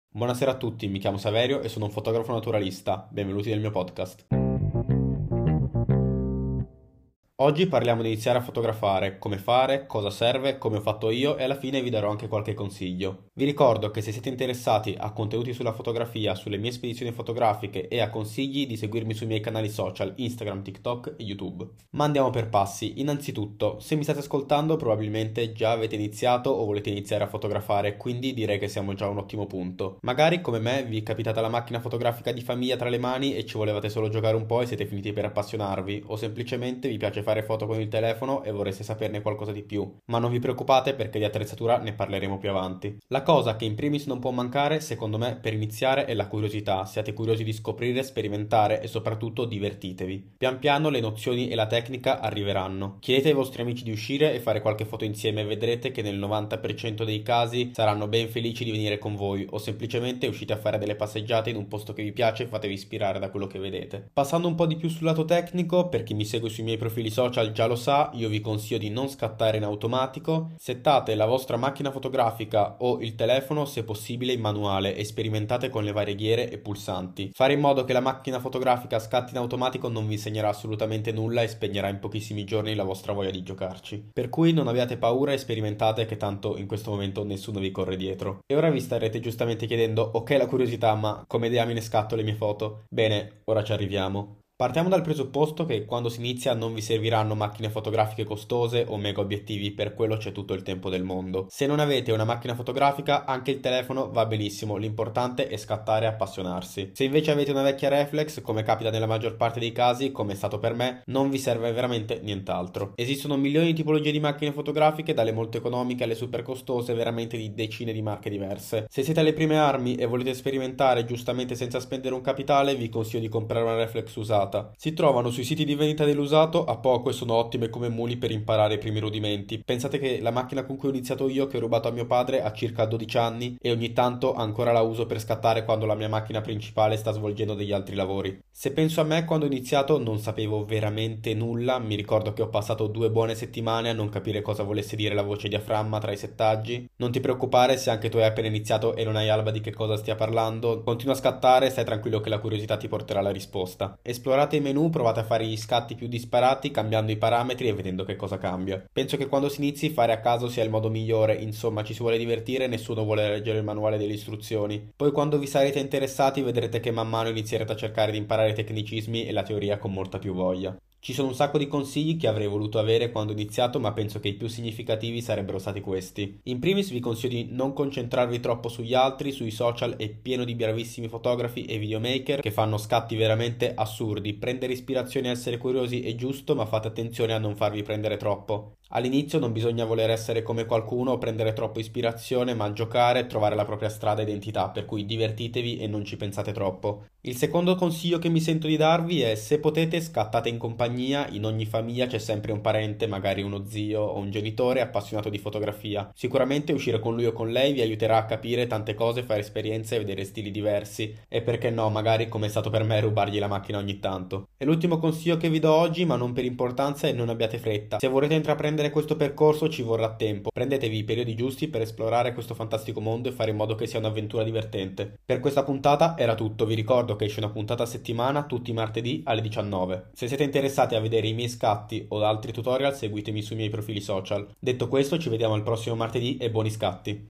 Buonasera a tutti, mi chiamo Saverio e sono un fotografo naturalista. Benvenuti nel mio podcast. Oggi parliamo di iniziare a fotografare, come fare, cosa serve, come ho fatto io e alla fine vi darò anche qualche consiglio. Vi ricordo che se siete interessati a contenuti sulla fotografia, sulle mie spedizioni fotografiche e a consigli di seguirmi sui miei canali social Instagram, TikTok e YouTube. Ma andiamo per passi. Innanzitutto, se mi state ascoltando probabilmente già avete iniziato o volete iniziare a fotografare, quindi direi che siamo già a un ottimo punto. Magari come me vi è capitata la macchina fotografica di famiglia tra le mani e ci volevate solo giocare un po' e siete finiti per appassionarvi, o semplicemente vi piace fare foto con il telefono e vorreste saperne qualcosa di più. Ma non vi preoccupate perché di attrezzatura ne parleremo più avanti. La cosa che in primis non può mancare, secondo me, per iniziare è la curiosità. Siate curiosi di scoprire, sperimentare e soprattutto divertitevi. Pian piano le nozioni e la tecnica arriveranno. Chiedete ai vostri amici di uscire e fare qualche foto insieme e vedrete che nel 90% dei casi saranno ben felici di venire con voi o semplicemente uscite a fare delle passeggiate in un posto che vi piace e fatevi ispirare da quello che vedete. Passando un po' di più sul lato tecnico, per chi mi segue sui miei profili social già lo sa, io vi consiglio di non scattare in automatico. Settate la vostra macchina fotografica o il telefono se possibile in manuale e sperimentate con le varie ghiere e pulsanti. Fare in modo che la macchina fotografica scatti in automatico non vi insegnerà assolutamente nulla e spegnerà in pochissimi giorni la vostra voglia di giocarci. Per cui non abbiate paura e sperimentate che tanto in questo momento nessuno vi corre dietro. E ora vi starete giustamente chiedendo, ok la curiosità, ma come diamine scatto le mie foto? Bene, ora ci arriviamo. Partiamo dal presupposto che quando si inizia non vi serviranno macchine fotografiche costose o mega obiettivi, per quello c'è tutto il tempo del mondo. Se non avete una macchina fotografica, anche il telefono va benissimo, l'importante è scattare e appassionarsi. Se invece avete una vecchia reflex, come capita nella maggior parte dei casi, come è stato per me, non vi serve veramente nient'altro. Esistono milioni di tipologie di macchine fotografiche, dalle molto economiche alle super costose, veramente di decine di marche diverse. Se siete alle prime armi e volete sperimentare giustamente senza spendere un capitale, vi consiglio di comprare una reflex usata. Si trovano sui siti di vendita dell'usato a poco e sono ottime come muli per imparare i primi rudimenti. Pensate che la macchina con cui ho iniziato io, che ho rubato a mio padre, ha circa 12 anni e ogni tanto ancora la uso per scattare quando la mia macchina principale sta svolgendo degli altri lavori. Se penso a me, quando ho iniziato non sapevo veramente nulla, mi ricordo che ho passato 2 buone settimane a non capire cosa volesse dire la voce diaframma tra i settaggi. Non ti preoccupare se anche tu hai appena iniziato e non hai alba di che cosa stia parlando, continua a scattare, stai tranquillo che la curiosità ti porterà alla risposta. Esplorate i menu, provate a fare gli scatti più disparati cambiando i parametri e vedendo che cosa cambia. Penso che quando si inizi fare a caso sia il modo migliore, insomma ci si vuole divertire e nessuno vuole leggere il manuale delle istruzioni. Poi quando vi sarete interessati vedrete che man mano inizierete a cercare di imparare i tecnicismi e la teoria con molta più voglia. Ci sono un sacco di consigli che avrei voluto avere quando ho iniziato, ma penso che i più significativi sarebbero stati questi. In primis vi consiglio di non concentrarvi troppo sugli altri, sui social è pieno di bravissimi fotografi e videomaker che fanno scatti veramente assurdi. Prendere ispirazione e essere curiosi è giusto, ma fate attenzione a non farvi prendere troppo. All'inizio non bisogna voler essere come qualcuno o prendere troppo ispirazione, ma giocare e trovare la propria strada e identità, per cui divertitevi e non ci pensate troppo. Il secondo consiglio che mi sento di darvi è: se potete scattate in compagnia, in ogni famiglia c'è sempre un parente, magari uno zio o un genitore appassionato di fotografia. Sicuramente uscire con lui o con lei vi aiuterà a capire tante cose, fare esperienze e vedere stili diversi e perché no, magari come è stato per me rubargli la macchina ogni tanto. E l'ultimo consiglio che vi do oggi, ma non per importanza, è non abbiate fretta. Se volete intraprendere questo percorso ci vorrà tempo. Prendetevi i periodi giusti per esplorare questo fantastico mondo e fare in modo che sia un'avventura divertente. Per questa puntata era tutto, vi ricordo che esce una puntata a settimana tutti i martedì alle 19. Se siete interessati a vedere i miei scatti o altri tutorial seguitemi sui miei profili social. Detto questo ci vediamo il prossimo martedì e buoni scatti!